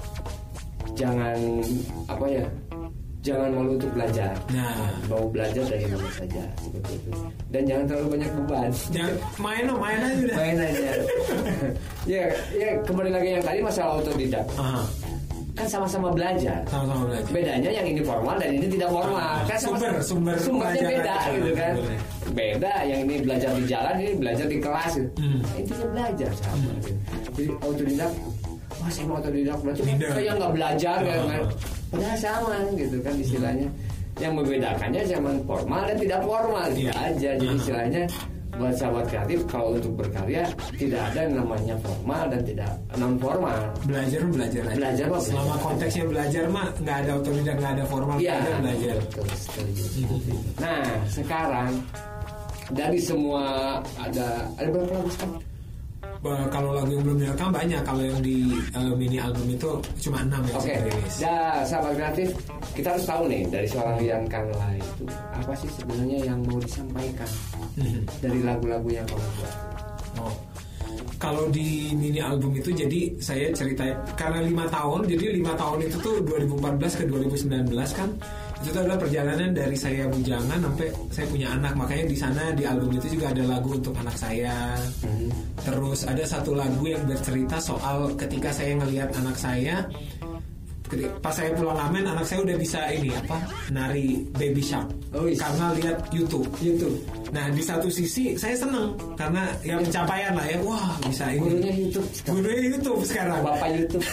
jangan apa ya, jangan malu untuk belajar. Nah, mau belajar dari mana saja seperti itu. Dan jangan terlalu banyak beban. Jangan main no, main aja udah. Main aja. ya, ya kembali lagi yang tadi masalah otodidak. Uh-huh. Kan sama-sama belajar. Sama-sama belajar. Bedanya yang ini formal dan ini tidak formal. Uh-huh. Kan sumber sumber sumbernya beda aja. Gitu kan. Bener. Beda, yang ini belajar di jalan, ini belajar di kelas. Gitu. Hmm. Intinya belajar sama. Hmm. Gitu. Jadi otodidak, wah saya mau otodidak berarti saya nggak belajar uh-huh. kan. Padahal sama gitu kan istilahnya. Yang membedakannya zaman formal dan tidak formal gitu yeah. aja. Jadi uh-huh. istilahnya buat sahabat kreatif kalau untuk berkarya tidak ada yang namanya formal dan tidak non formal. Belajar belajar aja. Belajar mah selama konteksnya belajar mah nggak ada otodidak, nggak ada formal. Iya. Belajar. Betul, betul. Nah sekarang dari semua ada ada berapa lagu sekarang? Kalau lagu yang belum direkam banyak, kalau yang di uh, mini album itu cuma enam ya. Oke. Okay. Ya sahabat kreatif, kita harus tahu nih dari seorang Rian Kangla itu apa sih sebenarnya yang mau disampaikan hmm. dari lagu-lagu yang kamu buat. Oh, kalau di mini album itu jadi saya cerita karena lima tahun, jadi lima tahun itu tuh dua ribu empat belas ke dua ribu sembilan belas kan itu tuh adalah perjalanan dari saya bujangan sampai saya punya anak. Makanya di sana di album itu juga ada lagu untuk anak saya. Hmm. Terus ada satu lagu yang bercerita soal ketika saya ngelihat anak saya, pas saya pulang ngamen anak saya udah bisa ini apa nari baby shark oh, karena lihat YouTube. YouTube. Nah di satu sisi saya seneng karena ya pencapaian lah ya, wah bisa ini. Gurunya YouTube. Gurunya YouTube sekarang. Bapak YouTube.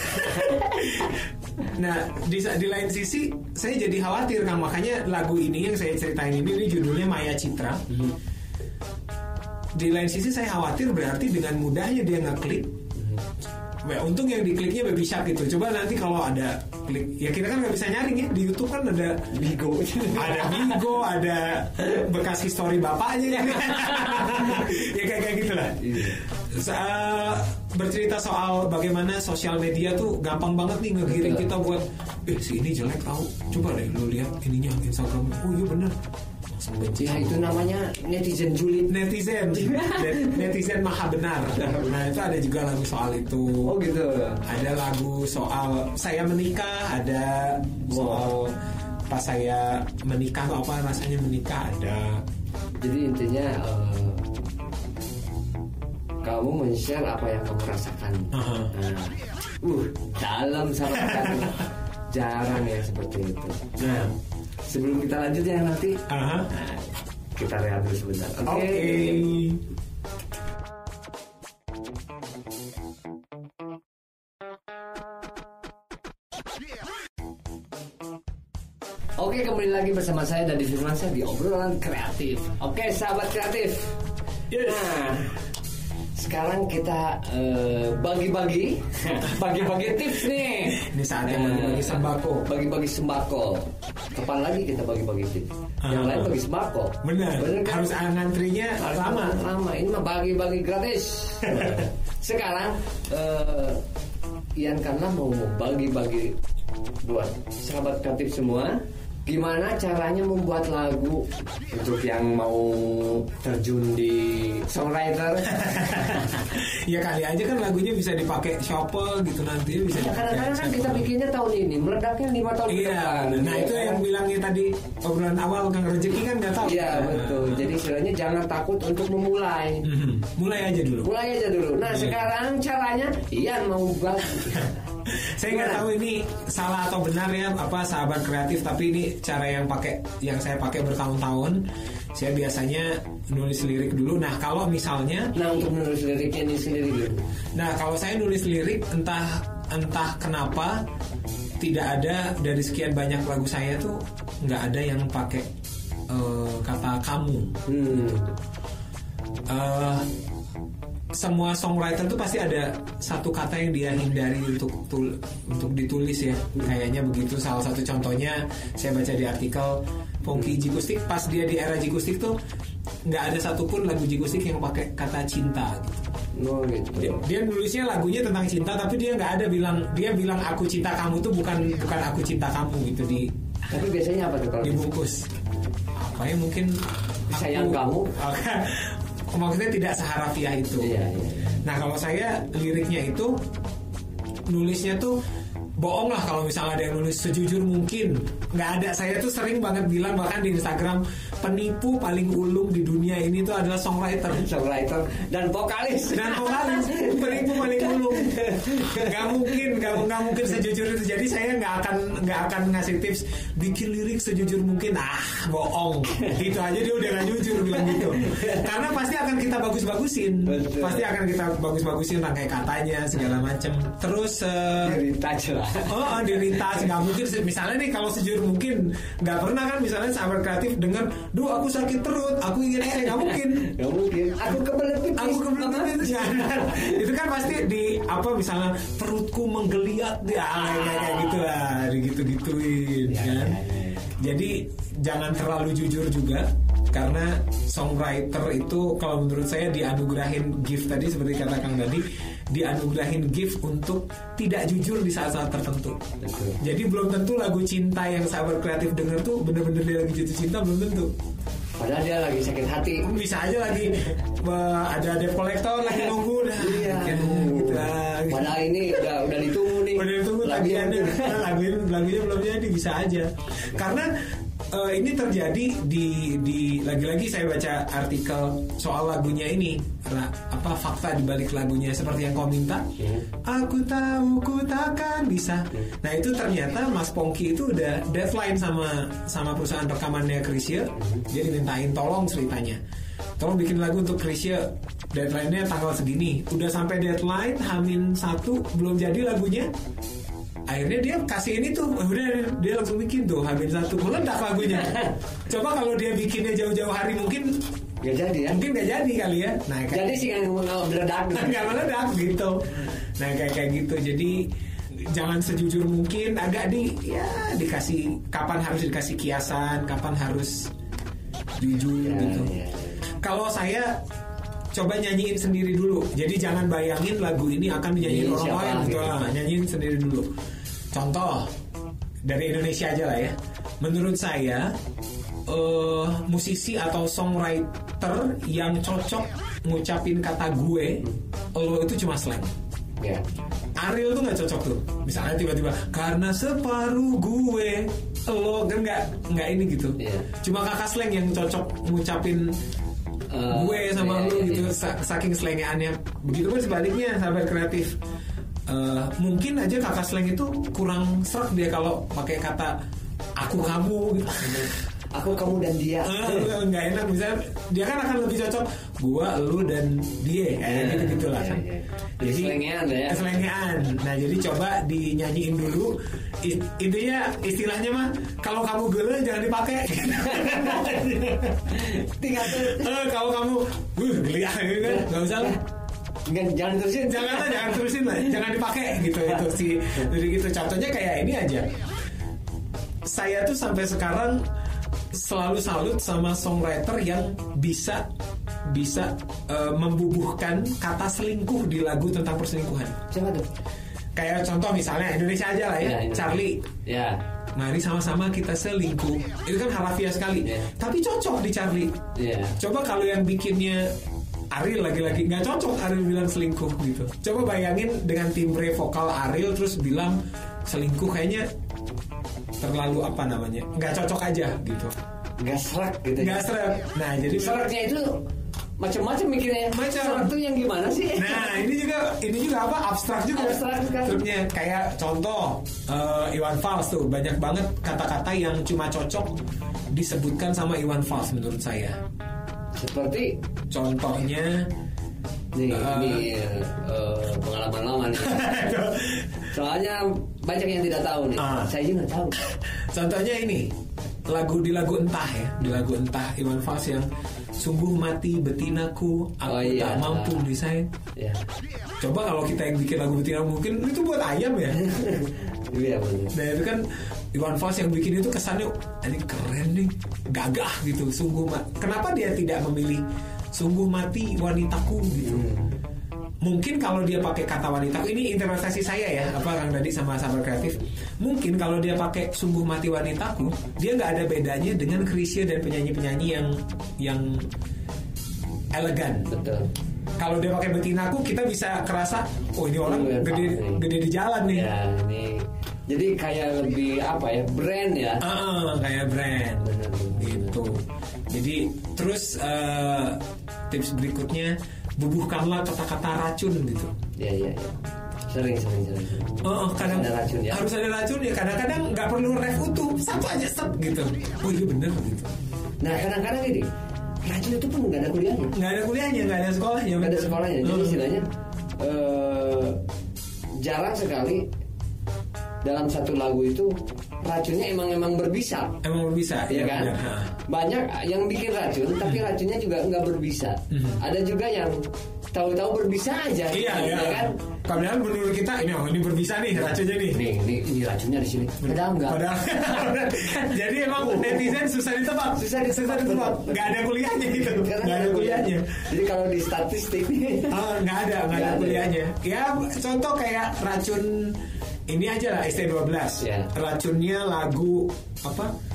Nah di di lain sisi saya jadi khawatir kan, makanya lagu ini yang saya ceritain ini, ini judulnya Maya Citra. Hmm. Di lain sisi saya khawatir berarti dengan mudahnya dia ngeklik. Nah, untung yang dikliknya Baby Shark gitu. Coba nanti kalau ada klik, ya kita kan nggak bisa nyaring ya di YouTube kan ada Bigo, ada Bigo, ada bekas histori bapaknya, ya kayak kayak gitulah. Uh, bercerita soal bagaimana sosial media tuh gampang banget nih ngegiring kita buat, eh si ini jelek tau, coba deh lu lihat ininya Instagram, oh iya bener. Ya itu namanya netizen julid. Netizen Netizen maha benar. Nah itu ada juga lagu soal itu. Oh gitu. Ada lagu soal saya menikah, ada soal pas saya menikah apa rasanya menikah ada. Jadi intinya uh, kamu men-share apa yang kamu rasakan. Uh-huh. Nah, uh dalam sangat jarang ya seperti itu. Nah sebelum kita lanjut ya nanti, uh-huh. nah, kita rehat dulu sebentar. Oke. Okay. Okay. Oke, kembali lagi bersama saya Dandi Firmansyah di obrolan kreatif. Oke, sahabat kreatif. Yes. Nah, sekarang kita uh, bagi-bagi bagi-bagi tips nih. Ini saatnya bagi-bagi sembako. Bagi-bagi sembako. Kapan lagi kita bagi-bagi tips? Uh, Yang lain bagi sembako. Benar. Benar kan? Harus ngantrinya lama. Lama. Ini mah bagi-bagi gratis. Sekarang uh, Ian Karna mau bagi-bagi buat sahabat kreatif semua. Gimana caranya membuat lagu untuk yang mau terjun di songwriter? Ya kali aja kan lagunya bisa dipakai shopper gitu nanti bisa. Ya, kadang-kadang kan kita bikinnya tahun ini, meledaknya lima tahun iya, depan. Nah ya, itu kan? Yang bilangnya tadi obrolan awal Kang Rezeki kan nggak tahu. Iya betul. Nah. Jadi istilahnya jangan takut untuk memulai. Mm-hmm. Mulai aja dulu. Mulai aja dulu. Nah yeah. Sekarang caranya Ian mau bagi. Saya nggak tahu ini salah atau benar ya apa sahabat kreatif, tapi ini cara yang pakai yang saya pakai bertahun-tahun. Saya biasanya nulis lirik dulu. Nah kalau misalnya, nah untuk menulis liriknya ini sendiri dulu. Nah kalau saya nulis lirik entah entah kenapa tidak ada dari sekian banyak lagu saya tuh nggak ada yang pakai uh, kata kamu. Hmm. Uh, semua songwriter tuh pasti ada satu kata yang dia hindari untuk tul, untuk ditulis ya, kayaknya begitu. Salah satu contohnya saya baca di artikel Pongki Jikustik, pas dia di era Jikustik tuh nggak ada satupun lagu Jikustik yang pakai kata cinta gitu. Oh, gitu. Dia, dia nulisnya lagunya tentang cinta, tapi dia nggak ada bilang, dia bilang aku cinta kamu tuh bukan bukan aku cinta kamu gitu di. Tapi biasanya apa tuh kalau dibungkus? Apa ya mungkin sayang kamu? Maksudnya tidak seharafiah itu. Iya, iya. Nah kalau saya liriknya itu nulisnya tuh bohong lah kalau misalnya ada yang nulis sejujur mungkin. Nggak ada. Saya tuh sering banget bilang bahkan di Instagram, penipu paling ulung di dunia ini tuh adalah songwriter. Songwriter dan vokalis. Dan vokalis. Penipu paling ulung. Nggak mungkin, nggak, nggak mungkin sejujur itu. Jadi saya nggak akan nggak akan ngasih tips bikin lirik sejujur mungkin. Ah, bohong. Gitu aja dia udah nggak jujur bilang gitu. Karena pasti akan kita bagus-bagusin. Betul. Pasti akan kita bagus-bagusin rangkai katanya segala macam. Terus uh, oh, dirintas nggak mungkin. Misalnya nih kalau sejujur mungkin nggak pernah kan misalnya sahabat kreatif dengar, duh aku sakit perut, aku ingin eh nggak mungkin, nggak mungkin, aku kebelet pipis, aku kebelet pipis, itu kan pasti di apa misalnya perutku menggeliat ya kayak kayak gitu lah, gitu-gituin ya, kan. Ya, ya. Jadi jangan terlalu jujur juga. Karena songwriter itu kalau menurut saya dianugerahin gift tadi seperti kata Kang Dandi, dianugerahin gift untuk tidak jujur di saat-saat tertentu. Betul. Jadi belum tentu lagu cinta yang sahabat kreatif denger tuh bener-bener dia lagi jatuh cinta, belum tentu. Padahal dia lagi sakit hati. Bisa aja lagi uh, ada debt collector lagi nunggu dah. Iya. Gitu. Padahal ini udah udah ditunggu nih. Udah ditunggu tagihannya. Lagunya lagunya belum jadi, bisa aja. Karena uh, ini terjadi di di lagi-lagi saya baca artikel soal lagunya ini, apa fakta di balik lagunya seperti yang kau minta. Hmm. Aku tahu ku takkan bisa. Hmm. Nah itu ternyata Mas Pongki itu udah deadline sama sama perusahaan rekamannya Chrisye. Hmm. Dia dimintain tolong ceritanya, tolong bikin lagu untuk Chrisye. Deadline-nya tanggal segini. Udah sampai deadline, Hamin satu belum jadi lagunya. Akhirnya dia kasih ini tuh, udah dia langsung bikin tuh Hamin satu, meledak lagunya. Coba kalau dia bikinnya jauh-jauh hari mungkin gak jadi ya? Mungkin gak jadi kali ya. Nah, kayak, jadi sih nggak meledak. Nggak meledak gitu. Nah kayak kayak gitu. Jadi jangan sejujur mungkin, agak di ya dikasih kapan harus dikasih kiasan, kapan harus jujur ya, gitu. Ya. Kalau saya coba nyanyiin sendiri dulu. Jadi jangan bayangin lagu ini akan dinyanyiin orang lain gitu. Lah, nyanyiin sendiri dulu. Contoh dari Indonesia aja lah ya. Menurut saya uh, musisi atau songwriter yang cocok ngucapin kata gue, lo itu cuma slang. Yeah. Ariel tuh nggak cocok tuh. Misalnya tiba-tiba karena separuh gue, lo kan nggak nggak ini gitu. Yeah. Cuma kakak slang yang cocok ngucapin Uh, gue sama yeah, lu gitu, yeah. Saking slengeannya. Begitu pun sebaliknya sahabat kreatif. Uh, mungkin aja kakak slang itu kurang serak dia kalau pakai kata aku kamu gitu. Aku kamu dan dia. Uh, nggak enak, misalnya dia kan akan lebih cocok gua, lu dan dia, kayak yeah, gitu gitulah kan. Yeah, yeah. Jadi selengean ya. Selengean. Nah jadi coba dinyanyiin dulu. I, intinya istilahnya mah kalau kamu gele jangan dipakai. Tinggal tuh. Uh, kalau kamu, uh geli ah gitu kan, nggak usah lah. Jangan, jangan terusin. Jangan lah, jangan terusin lah, jangan dipakai gitu itu sih. Jadi gitu. Contohnya kayak ini aja. Saya tuh sampai sekarang selalu salut sama songwriter yang bisa bisa uh, membubuhkan kata selingkuh di lagu tentang perselingkuhan. Siapa tuh? Kayak contoh misalnya Indonesia aja lah ya, ya Charlie. Ya. Mari sama-sama kita selingkuh. Itu kan harafiah sekali. Ya. Tapi cocok di Charlie. Ya. Coba kalau yang bikinnya Ariel lagi-lagi nggak cocok Ariel bilang selingkuh gitu. Coba bayangin dengan timbre vokal Ariel terus bilang selingkuh, kayaknya terlalu apa namanya, nggak cocok aja gitu, nggak serak gitu, nggak serak. Nah jadi seraknya itu macam-macam mikirnya. Macam serak tuh yang gimana sih? Nah ini juga ini juga apa, abstrak juga. Abstrak kan. Seraknya kayak contoh uh, Iwan Fals tuh banyak banget kata-kata yang cuma cocok disebutkan sama Iwan Fals menurut saya. Seperti contohnya nih, uh, ini uh, pengalaman lama nih. Soalnya banyak yang tidak tahu nih. Uh, Saya juga nggak tahu. Contohnya ini lagu di lagu Entah ya, di lagu Entah Iwan Fals yang sungguh mati betinaku, aku oh, iya. tak mampu desain. Yeah. Coba kalau kita yang bikin lagu betina mungkin itu buat ayam ya. Iya benar. Nah itu kan Iwan Fals yang bikin itu kesannya ini keren nih, gagah gitu. Sungguh ma- kenapa dia tidak memilih sungguh mati wanitaku gitu? Hmm. Mungkin kalau dia pakai kata wanitaku, ini interpretasi saya ya, apa Kang Dadi sama sahabat kreatif. Mungkin kalau dia pakai sungguh mati wanitaku, dia nggak ada bedanya dengan Chrisye dan penyanyi-penyanyi yang yang elegan. Betul. Kalau dia pakai betinaku, kita bisa kerasa, oh ini orang oh, gede nih. gede di jalan nih. Ya, ini. Jadi kayak lebih apa ya, brand ya? Uh, kayak brand, bener, gitu. Jadi terus uh, tips berikutnya, bubuhkanlah kata-kata racun gitu. Iya iya. Ya. Sering sering sering. Oh, kadang ada racun ya. Harus ada racun ya. Kadang-kadang nggak perlu ref utuh, satu aja set gitu. Oh iya bener gitu. Nah kadang-kadang ini racun itu pun nggak ada kuliahnya. Nggak ada kuliahnya, nggak ada sekolahnya. Nggak ada sekolahnya. Jadi istilahnya uh, jarang sekali dalam satu lagu itu racunnya emang emang berbisa. Emang berbisa, ya kan? Benar. Banyak yang bikin racun, tapi racunnya juga nggak berbisa. Hmm. Ada juga yang tahu-tahu berbisa aja. Iya, ya, ya kan? Padahal menurut kita ini, oh, ini berbisa nih racunnya nih. Nih, ini, ini racunnya di sini. Padahal enggak. Padahal. Jadi emang netizen susah ditebak, susah ditebak. Nggak ada kuliahnya itu. Nggak ada kuliahnya. Jadi kalau di statistik, oh, nggak ada, nggak ada kuliahnya. Ya contoh kayak racun. Ini aja lah S T dua belas. Yeah. Racunnya lagu apa?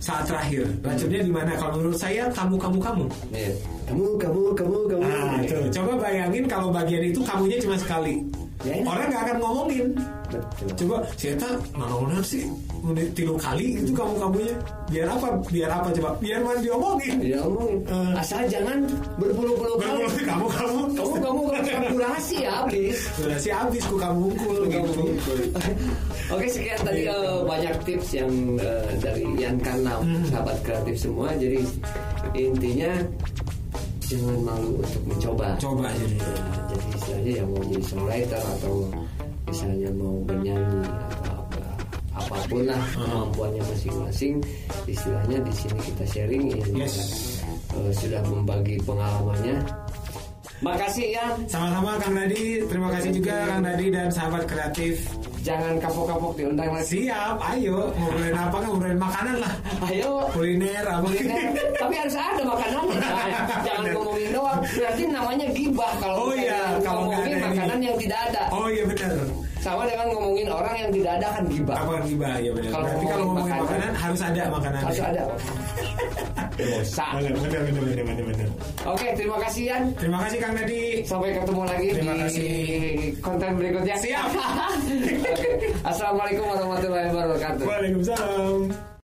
saat terakhir. Racunnya di mana? Kalau menurut saya kamu kamu kamu. Iya. Kamu kamu kamu kamu. Nah, tuh. Coba bayangin kalau bagian itu kamunya cuma sekali. Ya, orang nggak akan ngomongin. Betul. Coba saya mana sih menit tiga kali itu kamu kamunya. Biar apa? Biar apa coba? Biar mana diomongin. Diomongin. Uh, Asal jangan berpuluh-puluh kali. Kamu kamu kamu kamu kamu durasi habis. Durasi habis ku kamu mungkul gitu. Oke, sekian tadi uh, banyak tips yang uh, dari Ian Karna, hmm. sahabat kreatif semua. Jadi intinya jangan malu untuk mencoba. Coba jadi. Ya, jadi istilahnya yang mau jadi songwriter atau misalnya mau bernyanyi atau apa, apapun lah kemampuannya masing-masing. Istilahnya di sini kita sharing ya. Yes. Uh, sudah membagi pengalamannya. Makasih ya. Sama-sama Kang Nadi. Terima kasih juga Kang Nadi dan sahabat kreatif. Jangan kapok-kapok diundang lagi. Siap, ayo. Ngobrolin apa kan? Ngobrolin makanan lah. Ayo. Kuliner, apa? Kuliner. Tapi harus ada makanan. Nah, jangan ngomongin doang. Berarti namanya gibah kalau oh, iya. kalau ngomongin makanan ini. Yang tidak ada. Oh iya benar. Sama dengan ngomongin orang yang tidak ada kan gibah. Apa gibah ya benar. Kalau Berarti kalau ngomongin makanan, makanan harus ada makanan. Harus ada. Dosa. Benar benar benar benar benar. Oke, terima kasih Yan. Terima kasih Kang Nadi. Sampai ketemu lagi terima di kasih. konten berikutnya. Siap. Assalamualaikum warahmatullahi wabarakatuh. Waalaikumsalam.